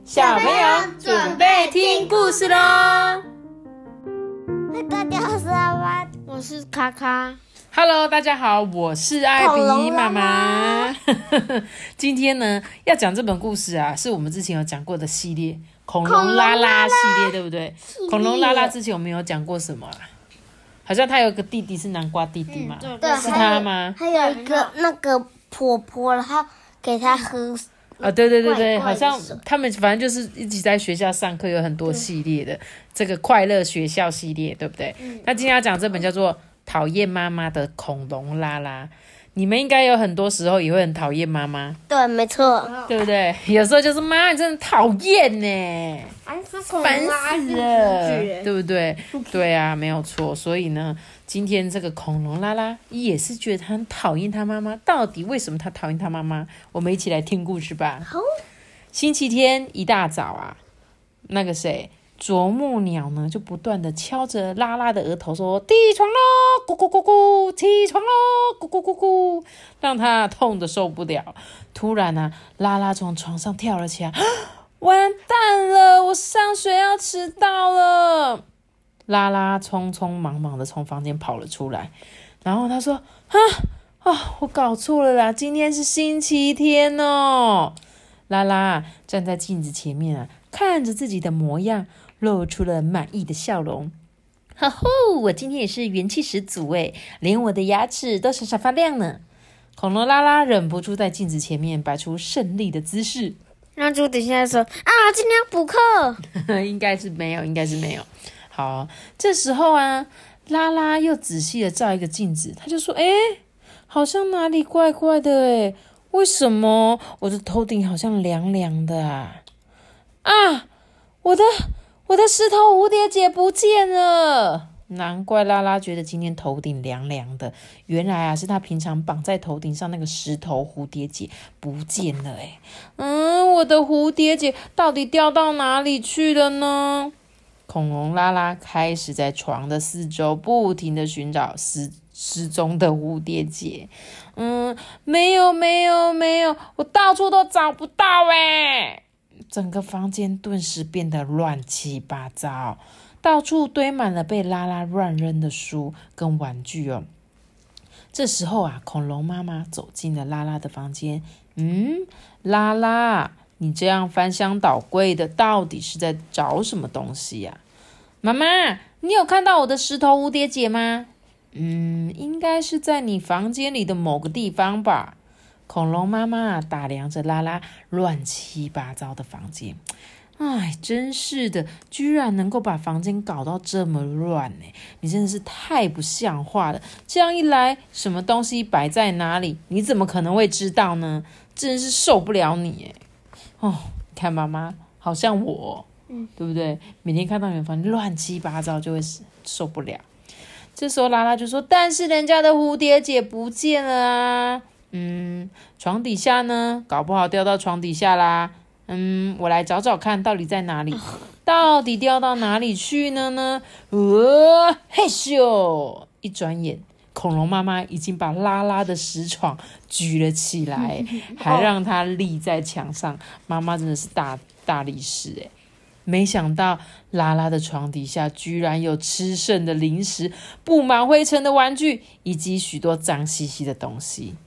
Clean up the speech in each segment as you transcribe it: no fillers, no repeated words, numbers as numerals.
小朋友准备听故事咯。 大家好， 我是卡卡。 Hello， 大家好，我是艾比妈妈。今天呢，要讲这本故事啊，是我们之前有讲过的系列，恐龙拉拉系列，对不对？恐龙拉拉之前我们有讲过什么啊？好像他有个弟弟是南瓜弟弟嘛， 对， 是他吗？ 还有一个那个婆婆，然后给他喝。 对，好像他们反正就是一起在学校上课，有很多系列的这个快乐学校系列，对不对？那今天要讲这本叫做《讨厌妈妈的恐龙拉拉》，你们应该有很多时候也会很讨厌妈妈， 对，没错， 对不对？有时候就是妈，你真的讨厌呢，烦死了，对不对？对啊，没有错。所以呢，今天这个恐龙拉拉也是觉得他很讨厌他妈妈，到底为什么他讨厌他妈妈？我们一起来听故事吧。 好， 星期天一大早啊，那个谁，啄木鸟呢，就不断的敲着拉拉的额头说：“起床喽，咕咕咕咕，起床喽，咕咕咕咕”，让他痛得受不了。突然啊，拉拉从床上跳了起来，完蛋了，我上学要迟到了。拉拉匆匆忙忙的从房间跑了出来，然后他说：“我搞错了啦，今天是星期天哦。”拉拉站在镜子前面啊，看着自己的模样，露出了满意的笑容。哈吼，我今天也是元气十足诶，连我的牙齿都闪闪发亮呢。恐龙拉拉忍不住在镜子前面摆出胜利的姿势。 然后就等一下说今天要补课。 应该是没有。好，这时候啊，拉拉又仔细的照一个镜子，他就说：“好像哪里怪怪的诶，为什么我的头顶好像凉凉的啊？我的石头蝴蝶结不见了！”难怪拉拉觉得今天头顶凉凉的，原来啊是他平常绑在头顶上那个石头蝴蝶结不见了诶。我的蝴蝶结到底掉到哪里去了呢？恐龙拉拉开始在床的四周不停的寻找失踪的蝴蝶结。没有，我到处都找不到诶。整个房间顿时变得乱七八糟，到处堆满了被拉拉乱扔的书跟玩具哦。这时候啊，恐龙妈妈走进了拉拉的房间。拉拉，你这样翻箱倒柜的，到底是在找什么东西呀？妈妈，你有看到我的石头蝴蝶结吗？应该是在你房间里的某个地方吧。恐龙妈妈打量着拉拉乱七八糟的房间。真是的，居然能够把房间搞到这么乱呢！你真的是太不像话了。这样一来，什么东西摆在哪里，你怎么可能会知道呢？真是受不了你耶！你看妈妈好像我，对不对？每天看到你们房间乱七八糟，就会受不了。这时候拉拉就说：“但是人家的蝴蝶结不见了啊！床底下呢？搞不好掉到床底下啦。我来找找看，到底在哪里？到底掉到哪里去了呢？嘿咻！一转眼，恐龙妈妈已经把拉拉的石床举了起来，还让它立在墙上。妈妈真的是大力士诶。没想到拉拉的床底下居然有吃剩的零食、布满灰尘的玩具，以及许多脏兮兮的东西。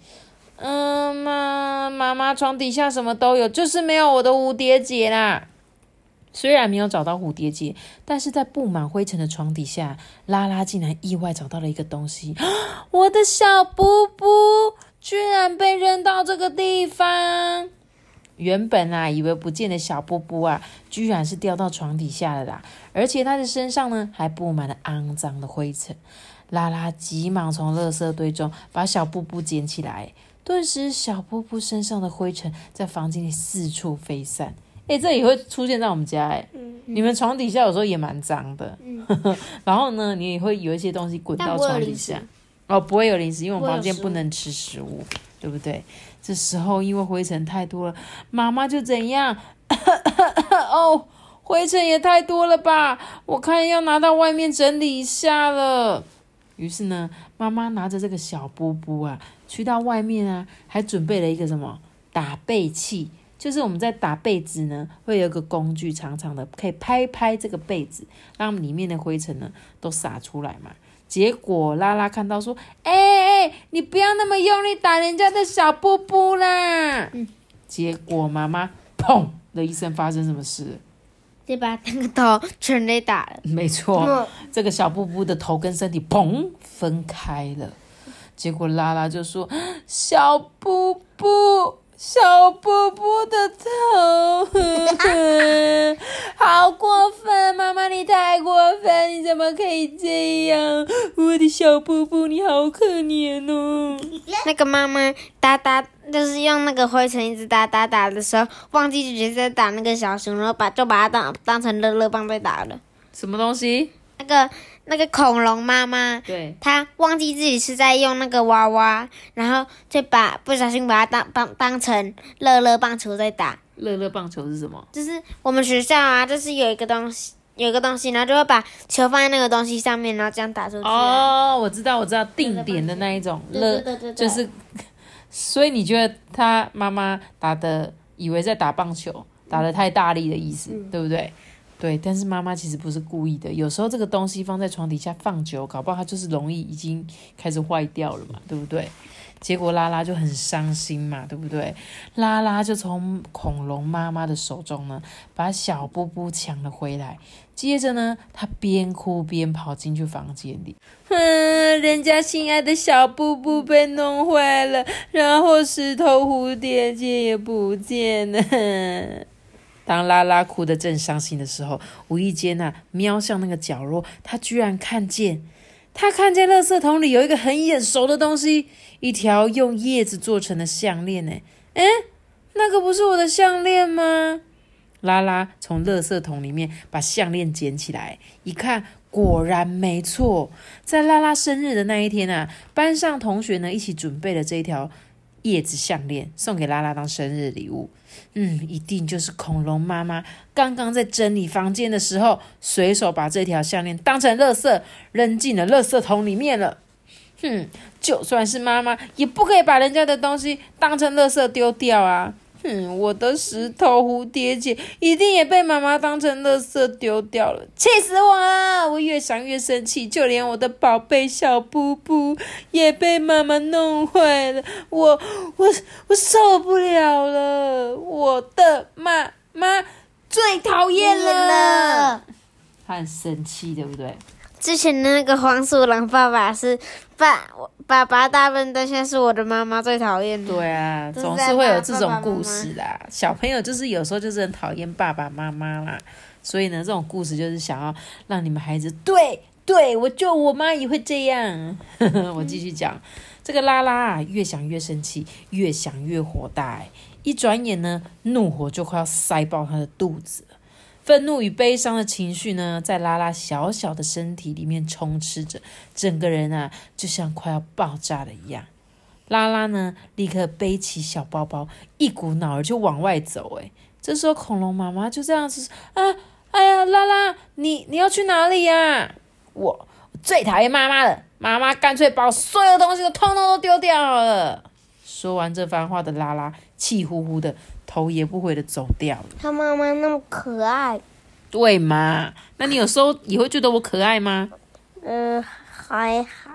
妈妈床底下什么都有，就是没有我的蝴蝶结啦。虽然没有找到蝴蝶结，但是在布满灰尘的床底下，拉拉竟然意外找到了一个东西。我的小布布居然被扔到这个地方。原本以为不见的小布布居然是掉到床底下了啦，而且他的身上呢还布满了肮脏的灰尘。拉拉急忙从垃圾堆中把小布布捡起来，顿时小布布身上的灰尘在房间里四处飞散。这也会出现在我们家你们床底下有时候也蛮脏的。然后呢，你也会有一些东西滚到床底下。不会有零食，因为我们房间不能吃食物，对不对？这时候因为灰尘太多了，妈妈就怎样？灰尘也太多了吧，我看要拿到外面整理一下了。于是呢，妈妈拿着这个小布布去到外面还准备了一个什么打背器， 就是我们在打被子呢，会有一个工具长长的，可以拍拍这个被子，让里面的灰尘呢都洒出来嘛。结果拉拉看到说：“你不要那么用力打人家的小布布啦！”结果妈妈砰的一声，发生什么事？ 就把那个头全给打了。 没错，这个小布布的头跟身体砰分开了。结果拉拉就说：“小布布。”小布布的头，好过分！妈妈，你太过分！你怎么可以这样？我的小布布，你好可怜哦。 那个妈妈就是用那个灰尘一直打的时候，忘记自己在打那个小熊，然后就把它当成乐乐棒在打了。 什么东西？ 那个恐龙妈妈， 对， 她忘记自己是在用那个娃娃，然后就不小心把它当成乐乐棒球在打。 乐乐棒球是什么？ 就是我们学校啊，就是有一个东西，然后就会把球放在那个东西上面，然后这样打出去。 哦，我知道，定点的那一种对， 就是，所以你觉得他妈妈以为在打棒球，打得太大力的意思，对不对？对，但是妈妈其实不是故意的，有时候这个东西放在床底下放久，搞不好它就是容易已经开始坏掉了嘛，对不对？结果拉拉就很伤心嘛，对不对？拉拉就从恐龙妈妈的手中呢，把小布布抢了回来。接着呢，他边哭边跑进去房间里，人家心爱的小布布被弄坏了，然后石头蝴蝶结也不见了。当拉拉哭得正伤心的时候，无意间瞄向那个角落，他居然看见垃圾桶里有一个很眼熟的东西，一条用叶子做成的项链呢。那个不是我的项链吗？拉拉从垃圾桶里面把项链捡起来，一看，果然没错，在拉拉生日的那一天班上同学呢一起准备了这一条叶子项链，送给拉拉当生日礼物。一定就是恐龙妈妈刚刚在整理房间的时候，随手把这条项链当成垃圾扔进了垃圾桶里面了。就算是妈妈也不可以把人家的东西当成垃圾丢掉啊。我的石头蝴蝶结一定也被妈妈当成垃圾丢掉了，气死我了！我越想越生气，就连我的宝贝小布布也被妈妈弄坏了，我受不了了！我的妈妈最讨厌了，他很生气，对不对？ 之前的那个黄鼠狼爸爸大笨蛋，现在是我的妈妈最讨厌的。 对啊，总是会有这种故事啦。小朋友就是有时候就是很讨厌爸爸妈妈啦，所以呢，这种故事就是想要让你们孩子对，我妈也会这样。我继续讲，这个拉拉越想越生气，越想越火大，一转眼呢，怒火就快要塞爆他的肚子了。愤怒与悲伤的情绪呢，在拉拉小小的身体里面充斥着，整个人就像快要爆炸了一样。拉拉呢，立刻背起小包包，一股脑儿就往外走。这时候恐龙妈妈就这样子哎呀，拉拉，你要去哪里呀？我最讨厌妈妈了，妈妈干脆把我所有东西都通通都丢掉了。说完这番话的拉拉，气呼呼的，头也不回的走掉了。 他妈妈那么可爱， 对嘛？那你有时候也会觉得我可爱吗？ 还好。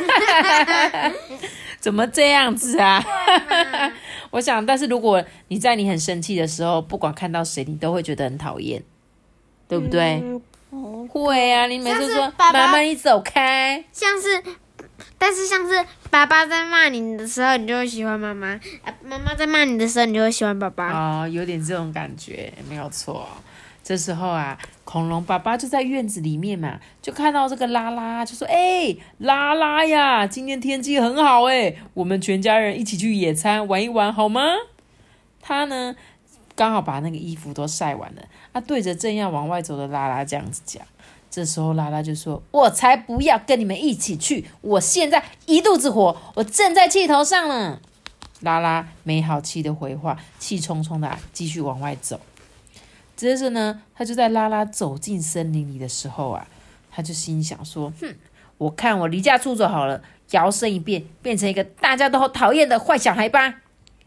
怎么这样子啊？我想，但是如果你在你很生气的时候，不管看到谁，你都会觉得很讨厌，对不对？会啊，你每次说妈妈你走开， 但是像是爸爸在骂你的时候，你就会喜欢妈妈；妈妈在骂你的时候，你就会喜欢爸爸。 有点这种感觉，没有错。这时候恐龙爸爸就在院子里面嘛，就看到这个拉拉，就说：“拉拉呀，今天天气很好我们全家人一起去野餐玩一玩好吗？”他呢，刚好把那个衣服都晒完了，对着正要往外走的拉拉这样子讲。这时候拉拉就说：“我才不要跟你们一起去，我现在一肚子火，我正在气头上呢。”拉拉没好气的回话，气冲冲的继续往外走。接着呢，他就在拉拉走进森林里的时候他就心想说：“我看我离家出走好了，摇身一变，变成一个大家都好讨厌的坏小孩吧。”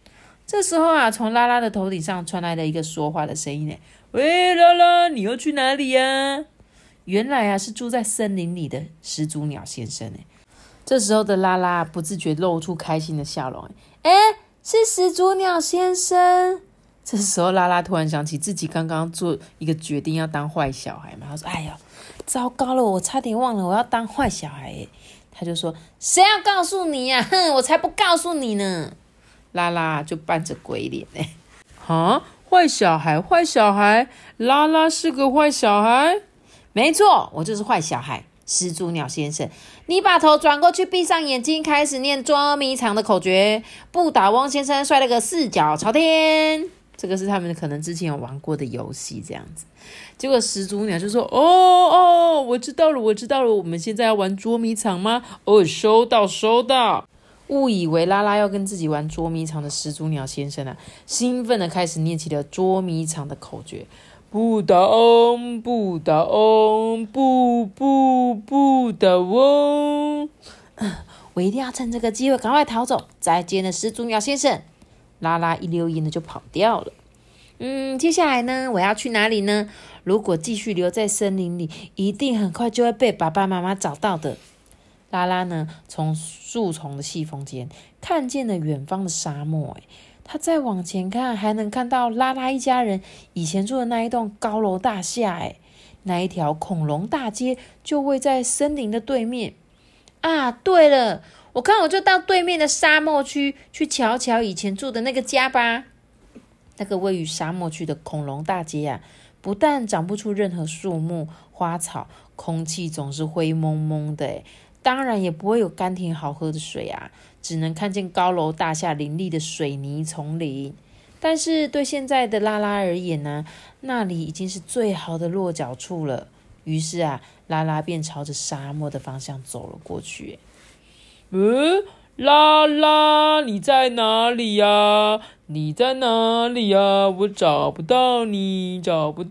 这时候啊，从拉拉的头顶上传来了一个说话的声音呢：“喂，拉拉，你要去哪里呀？”原来啊，是住在森林里的始祖鸟先生呢。这时候的拉拉不自觉露出开心的笑容。是始祖鸟先生。这时候拉拉突然想起自己刚刚做一个决定要当坏小孩嘛，他说：“哎呦，糟糕了，我差点忘了我要当坏小孩耶。”他就说：“谁要告诉你呀？哼，我才不告诉你呢！”拉拉就扮着鬼脸呢。啊，坏小孩，坏小孩，拉拉是个坏小孩？没错，我就是坏小孩。始祖鸟先生，你把头转过去，闭上眼睛，开始念捉迷藏的口诀。不倒翁先生摔了个四脚朝天。这个是他们可能之前有玩过的游戏，这样子。结果始祖鸟就说：“我知道了，我们现在要玩捉迷藏吗？收到。”误以为拉拉要跟自己玩捉迷藏的始祖鸟先生啊，兴奋的开始念起了捉迷藏的口诀。不倒翁，不倒翁，不倒翁。我一定要趁这个机会赶快逃走。再见了，始祖鸟先生。拉拉一溜烟的就跑掉了。接下来呢，我要去哪里呢？如果继续留在森林里，一定很快就会被爸爸妈妈找到的。拉拉呢，从树丛的细缝间看见了远方的沙漠。他再往前看，还能看到拉拉一家人以前住的那一栋高楼大厦。那一条恐龙大街就位在森林的对面。啊，对了，我就到对面的沙漠区去瞧瞧以前住的那个家吧。那个位于沙漠区的恐龙大街啊，不但长不出任何树木花草，空气总是灰蒙蒙的，当然也不会有甘甜好喝的水啊，只能看见高楼大厦林立的水泥丛林。但是对现在的拉拉而言呢，那里已经是最好的落脚处了。于是啊，拉拉便朝着沙漠的方向走了过去。拉拉，你在哪里呀？你在哪里呀？我找不到你。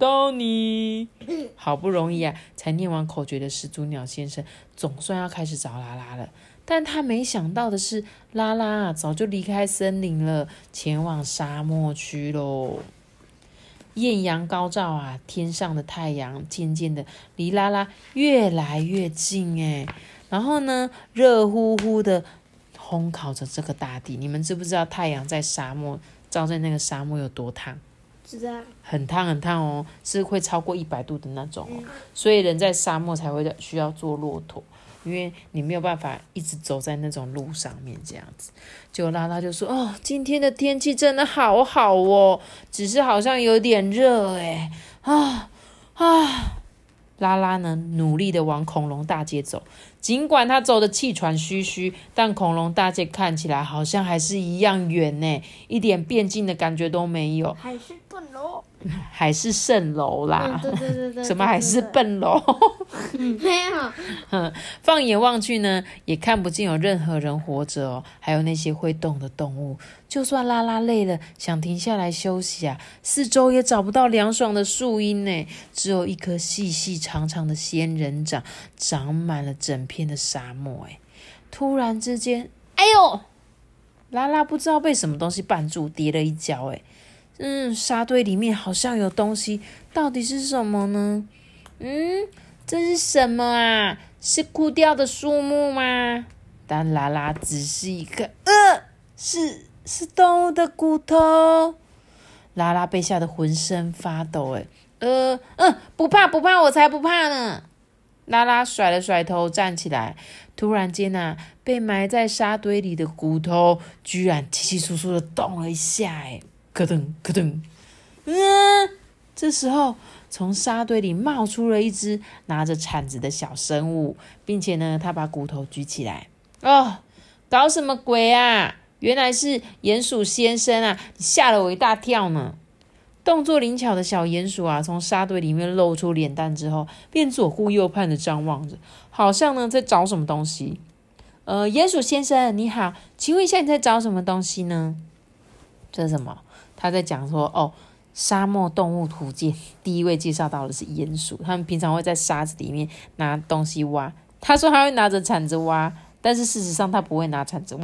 好不容易啊，才念完口诀的始祖鸟先生总算要开始找拉拉了。但他没想到的是，拉拉早就离开森林了，前往沙漠区咯。艳阳高照啊，天上的太阳渐渐的离拉拉越来越近。然后呢，热乎乎的烘烤着这个大地。你们知不知道太阳在沙漠照在那个沙漠有多烫？ 知道， 很烫哦，是会超过100度的那种哦。所以人在沙漠才会需要坐骆驼，因为你没有办法一直走在那种路上面这样子。结果拉拉就说：“今天的天气真的好好哦，只是好像有点热拉拉呢，努力的往恐龙大街走，尽管他走得气喘吁吁，但恐龙大街看起来好像还是一样远呢，一点变近的感觉都没有。 还是笨楼， 还是蜃楼啦。 对， 什么还是笨楼？ 没有。 放眼望去呢，也看不见有任何人活着哦，还有那些会动的动物。就算拉拉累了，想停下来休息啊，四周也找不到凉爽的树荫呢，只有一棵细细长长的仙人掌，长满了整片的沙漠。突然之间，哎呦！拉拉不知道被什么东西绊住，跌了一跤。沙堆里面好像有东西，到底是什么呢？这是什么啊？是枯掉的树木吗？当拉拉仔细一看，是动物的骨头。拉拉被吓得浑身发抖。不怕，我才不怕呢。拉拉甩了甩头站起来，突然间啊，被埋在沙堆里的骨头居然稀稀疏疏的动了一下。咯噔咯噔，这时候从沙堆里冒出了一只拿着铲子的小生物，并且呢，他把骨头举起来。搞什么鬼啊？原来是鼹鼠先生啊！你吓了我一大跳呢。动作灵巧的小鼹鼠啊，从沙堆里面露出脸蛋之后，便左顾右盼的张望着，好像呢在找什么东西。鼹鼠先生你好，请问一下你在找什么东西呢？这是什么？他在讲说沙漠动物图鉴第一位介绍到的是鼹鼠，他们平常会在沙子里面拿东西挖。他说他会拿着铲子挖，但是事实上他不会拿铲子挖。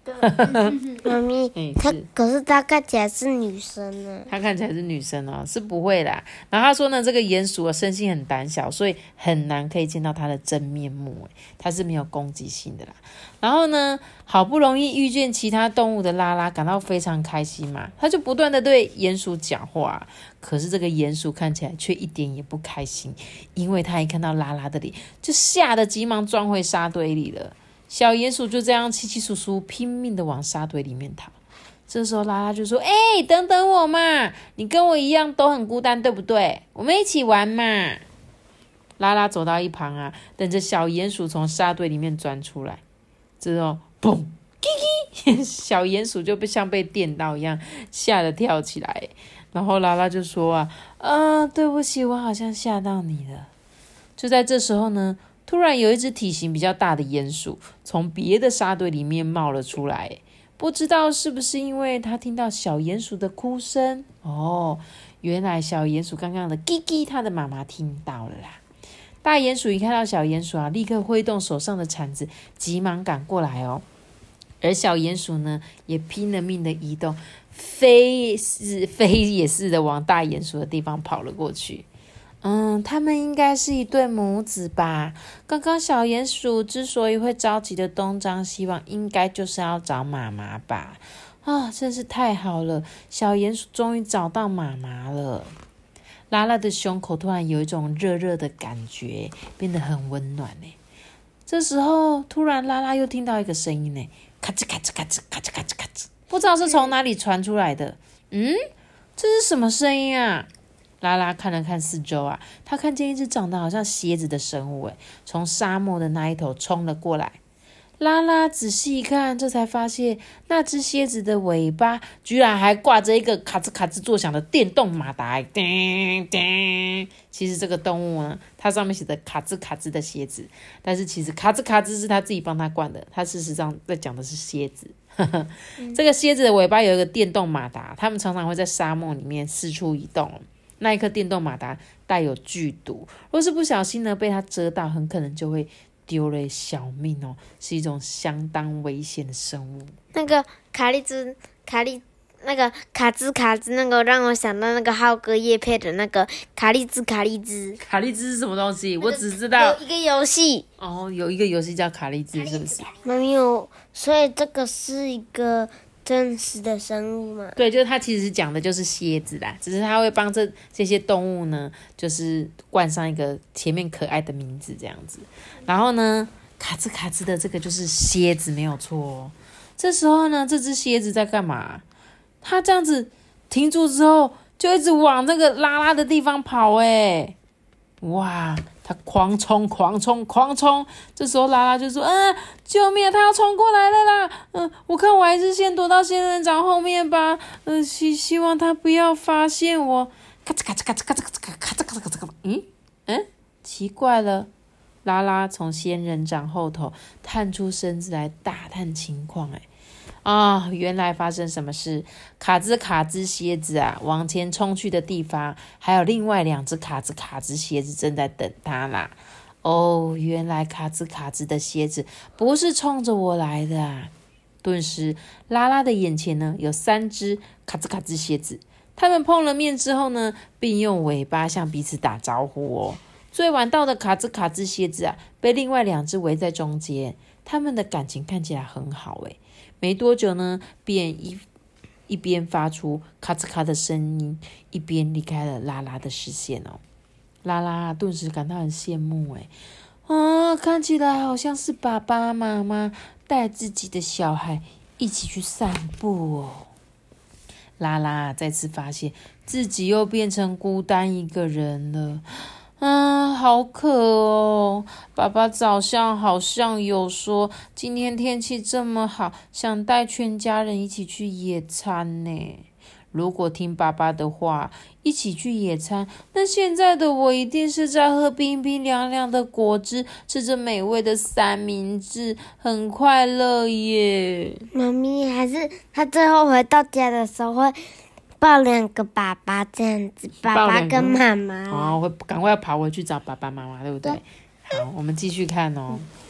妈咪，可是她看起来是女生呢。 她看起来是女生哦，是不会啦。然后她说呢，这个鼹鼠生性很胆小，所以很难可以见到它的真面目，它是没有攻击性的啦。然后呢，好不容易遇见其他动物的拉拉感到非常开心嘛，他就不断的对鼹鼠讲话。可是这个鼹鼠看起来却一点也不开心，因为他一看到拉拉的脸，就吓得急忙钻回沙堆里了。小鼹鼠就这样稀稀疏疏拼命的往沙堆里面逃。这时候拉拉就说：等等我嘛，你跟我一样都很孤单对不对？我们一起玩嘛。拉拉走到一旁啊，等着小鼹鼠从沙堆里面钻出来。之后嘣，小鼹鼠就像被电到一样，吓得跳起来。然后拉拉就说对不起，我好像吓到你了。就在这时候呢，突然有一只体型比较大的鼹鼠从别的沙堆里面冒了出来。不知道是不是因为他听到小鼹鼠的哭声，原来小鼹鼠刚刚的叽叽，他的妈妈听到了啦。大鼹鼠一看到小鼹鼠立刻挥动手上的铲子，急忙赶过来哦。而小鼹鼠呢，也拼了命的移动，飞也似的往大鼹鼠的地方跑了过去。他们应该是一对母子吧？刚刚小鼹鼠之所以会着急的东张西望，应该就是要找妈妈吧？真是太好了，小鼹鼠终于找到妈妈了。拉拉的胸口突然有一种热热的感觉，变得很温暖呢。这时候，突然拉拉又听到一个声音呢，咔吱咔吱咔吱咔吱咔吱咔吱，不知道是从哪里传出来的。这是什么声音啊？拉拉看了看四周啊，他看见一只长得好像蝎子的生物，从沙漠的那一头冲了过来。拉拉仔细一看，这才发现那只蝎子的尾巴居然还挂着一个咔吱咔吱作响的电动马达。叮叮。其实这个动物呢，它上面写的咔吱咔吱的蝎子，但是其实咔吱咔吱是他自己帮他灌的，他事实上在讲的是蝎子。这个蝎子的尾巴有一个电动马达，它们常常会在沙漠里面四处移动。那一颗电动马达带有剧毒，若是不小心呢被它蛰到，很可能就会丢了小命哦，是一种相当危险的生物。 那个卡那个卡兹卡兹，那个让我想到那个浩哥业配的那个卡利兹。卡利兹是什么东西？我只知道有一个游戏有一个游戏叫卡利兹，是不是？ 没有，所以这个是一个真实的生物吗？ 对，就是它其实是讲的就是蝎子啦，只是它会帮这些动物呢，就是冠上一个前面可爱的名字这样子。然后呢，卡兹卡兹的这个就是蝎子，没有错哦。这时候呢，这只蝎子在干嘛？它这样子停住之后，就一直往那个拉拉的地方跑，哇！他狂冲！这时候拉拉就说：“救命！他要冲过来了啦！我看我还是先躲到仙人掌后面吧。希望他不要发现我。”咔吱咔吱咔吱咔吱咔吱咔吱咔吱咔吱。奇怪了，拉拉从仙人掌后头探出身子来打探情况，原来发生什么事？卡兹蝎子往前冲去的地方，还有另外2只卡兹蝎子正在等他啦。原来卡兹的蝎子不是冲着我来的啊！顿时，拉拉的眼前呢有3只卡兹蝎子，他们碰了面之后呢，并用尾巴向彼此打招呼哦。最晚到的卡兹蝎子被另外2只围在中间，他们的感情看起来很好没多久呢，便一边发出咔吱咔的声音，一边离开了拉拉的视线哦。拉拉顿时感到很羡慕看起来好像是爸爸妈妈带自己的小孩一起去散步哦。拉拉再次发现自己又变成孤单一个人了。好渴哦！爸爸早上好像有说，今天天气这么好，想带全家人一起去野餐呢。如果听爸爸的话，一起去野餐，那现在的我一定是在喝冰冰凉凉的果汁，吃着美味的三明治，很快乐耶。 妈咪，还是他最后回到家的时候会抱2个爸爸这样子，爸爸跟妈妈。 会赶快跑回去找爸爸妈妈，对不对？好，我们继续看哦。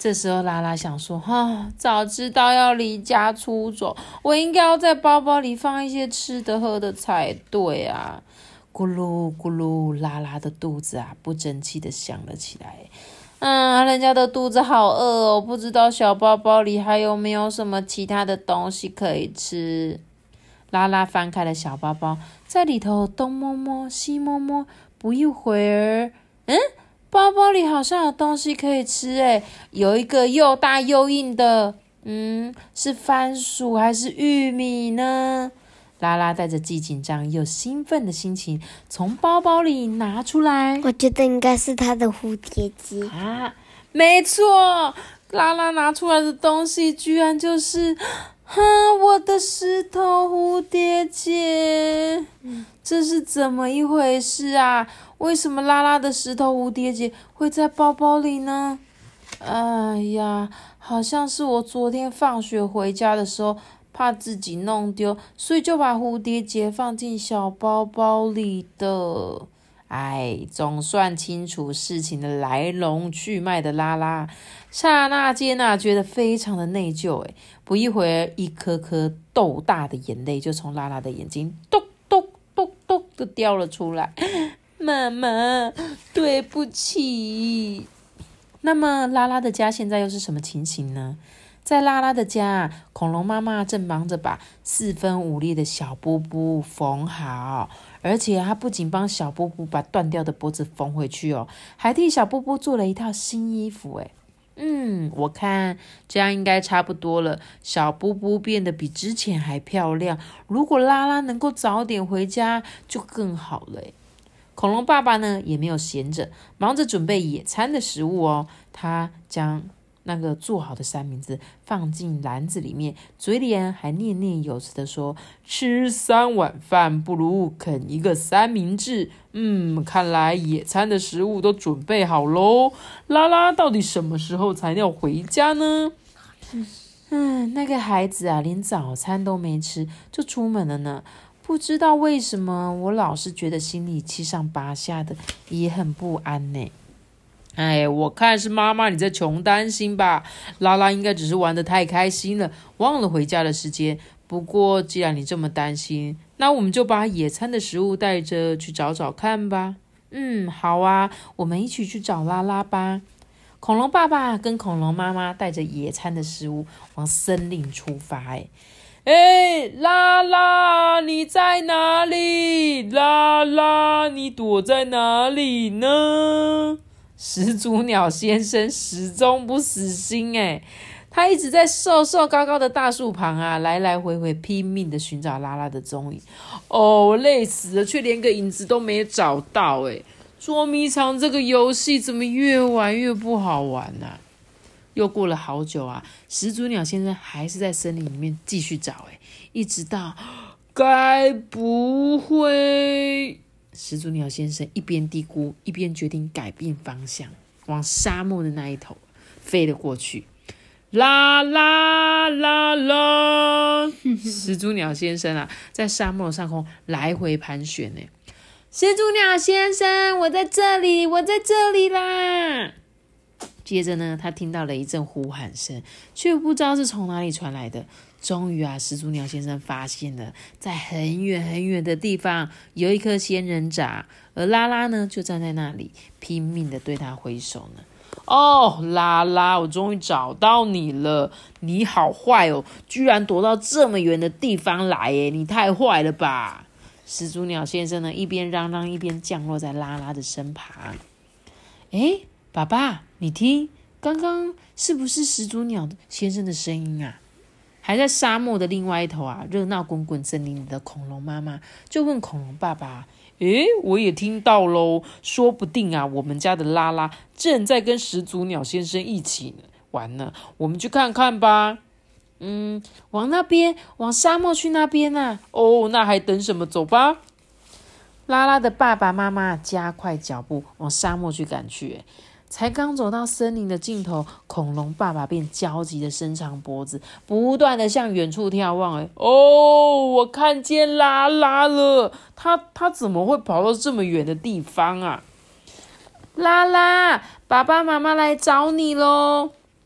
这时候拉拉想说，早知道要离家出走，我应该要在包包里放一些吃的喝的才对啊。咕噜咕噜，拉拉的肚子啊不争气的响了起来。人家的肚子好饿哦，不知道小包包里还有没有什么其他的东西可以吃。拉拉翻开了小包包，在里头东摸摸西摸摸，不一会儿，包包里好像有东西可以吃诶，有一个又大又硬的，是番薯还是玉米呢？拉拉带着既紧张又兴奋的心情，从包包里拿出来。 我觉得应该是他的蝴蝶结啊，没错，拉拉拿出来的东西居然就是我的石头蝴蝶结。这是怎么一回事啊？为什么拉拉的石头蝴蝶结会在包包里呢？哎呀，好像是我昨天放学回家的时候怕自己弄丢，所以就把蝴蝶结放进小包包里的。总算清楚事情的来龙去脉的拉拉，刹那间觉得非常的内疚。不一会儿，一颗颗豆大的眼泪就从拉拉的眼睛咚咚咚咚的掉了出来。妈妈，对不起。那么拉拉的家现在又是什么情形呢？在拉拉的家，恐龙妈妈正忙着把4分5厘的小布布缝好，而且她不仅帮小布布把断掉的脖子缝回去哦，还替小布布做了一套新衣服。我看这样应该差不多了，小布布变得比之前还漂亮，如果拉拉能够早点回家就更好了。恐龙爸爸呢也没有闲着，忙着准备野餐的食物哦，他将那个做好的三明治放进篮子里面，嘴里还念念有词的说，吃3碗饭不如啃一个三明治。看来野餐的食物都准备好咯。拉拉到底什么时候才要回家呢？那个孩子啊，连早餐都没吃就出门了呢。不知道为什么，我老是觉得心里七上八下的，也很不安呢。我看是妈妈你在穷担心吧。拉拉应该只是玩得太开心了，忘了回家的时间。不过既然你这么担心，那我们就把野餐的食物带着去找找看吧。好啊，我们一起去找拉拉吧。恐龙爸爸跟恐龙妈妈带着野餐的食物往森林出发。拉拉，你在哪里？拉拉，你躲在哪里呢？始祖鸟先生始终不死心。他一直在瘦瘦高高的大树旁来来回回拼命的寻找拉拉的踪影。累死了，却连个影子都没找到。捉迷藏这个游戏怎么越玩越不好玩啊？又过了好久始祖鸟先生还是在森林里面继续找。一直到该不会，始祖鸟先生一边嘀咕一边决定改变方向，往沙漠的那一头飞了过去。啦啦啦啦！始祖鸟先生在沙漠上空来回盘旋。始祖鸟先生，我在这里，我在这里啦！接着呢，他听到了一阵呼喊声，却不知道是从哪里传来的。终于始祖鸟先生发现了，在很远很远的地方有一颗仙人掌，而拉拉呢就站在那里，拼命的对他挥手呢。拉拉，我终于找到你了！你好坏哦，居然躲到这么远的地方来耶！你太坏了吧！始祖鸟先生呢一边嚷嚷一边降落在拉拉的身旁。爸爸，你听，刚刚是不是始祖鸟先生的声音啊？还在沙漠的另外一头热闹滚滚森林里的恐龙妈妈就问恐龙爸爸，我也听到咯，说不定我们家的拉拉正在跟始祖鸟先生一起玩呢，我们去看看吧。往那边，往沙漠去那边那还等什么？走吧。拉拉的爸爸妈妈加快脚步往沙漠去赶去。才刚走到森林的尽头，恐龙爸爸便焦急的伸长脖子，不断的向远处眺望。我看见拉拉了，他怎么会跑到这么远的地方啊？拉拉，爸爸妈妈来找你咯。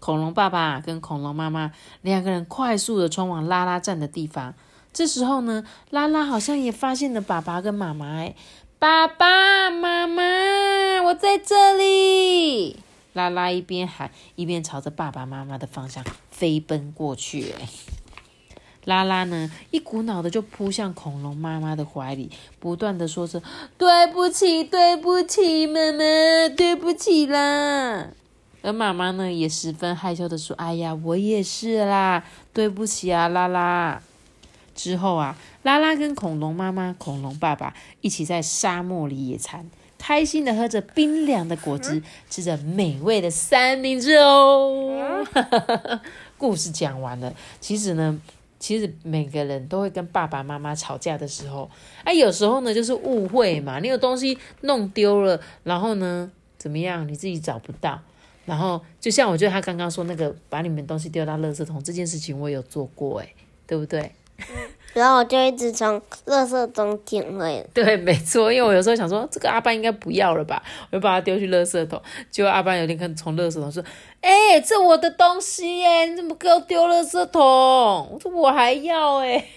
恐龙爸爸跟恐龙妈妈两个人快速的冲往拉拉站的地方。这时候呢，拉拉好像也发现了爸爸跟妈妈，爸爸妈妈，我在这里！拉拉一边喊一边朝着爸爸妈妈的方向飞奔过去。拉拉呢，一股脑的就扑向恐龙妈妈的怀里，不断的说着对不起对不起妈妈，对不起啦。而妈妈呢也十分害羞的说，哎呀，我也是啦，对不起啊拉拉。之后啊，拉拉跟恐龙妈妈、恐龙爸爸一起在沙漠里野餐，开心的喝着冰凉的果汁，吃着美味的三明治哦。故事讲完了，其实每个人都会跟爸爸妈妈吵架的时候，有时候呢就是误会嘛，你有东西弄丢了，然后呢怎么样，你自己找不到，然后就像我觉得他刚刚说那个把你们东西丢到垃圾桶这件事情，我有做过对不对？ 然后我就一直从垃圾中捡回来。 对，没错，因为我有时候想说这个阿班应该不要了吧，我就把它丢去垃圾桶，结果阿班有一天从垃圾桶说，这我的东西耶，你怎么给我丢垃圾桶？我说我还要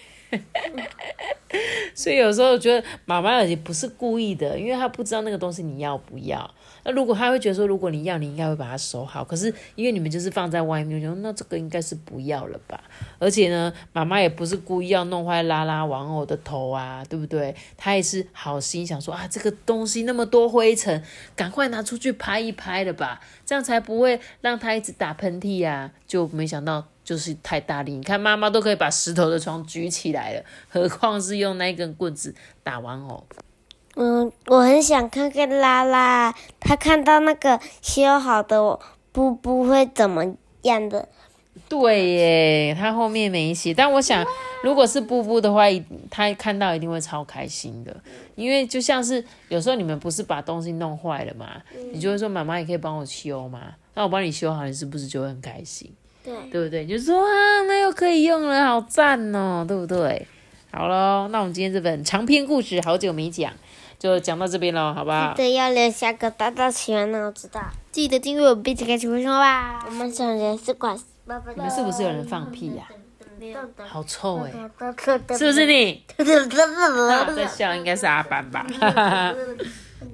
所以有时候我觉得妈妈也不是故意的，因为她不知道那个东西你要不要。那如果她会觉得说，如果你要，你应该会把它收好。可是因为你们就是放在外面，我觉得那这个应该是不要了吧。而且呢，妈妈也不是故意要弄坏拉拉玩偶的头啊，对不对？她也是好心想说这个东西那么多灰尘，赶快拿出去拍一拍了吧，这样才不会让她一直打喷嚏啊。就没想到就是太大力，你看妈妈都可以把石头的床举起来了，何况是用那根棍子打玩偶。 我很想看看拉拉，他看到那个修好的布布会怎么样的？ 对耶，他后面没写，但我想如果是布布的话，他看到一定会超开心的，因为就像是有时候你们不是把东西弄坏了嘛，你就会说妈妈也可以帮我修嘛，那我帮你修好，你是不是就会很开心？对不对？你就说那又可以用了，好赞哦，对不对？好咯，那我们今天这本长篇故事好久没讲，就讲到这边咯，好不好？ 记得要留下个大大喜欢的，我知道。 记得订阅我们，并且开启回声吧。 我们想人是管。 你们是不是有人放屁呀？好臭是不是你？在笑应该是阿班吧。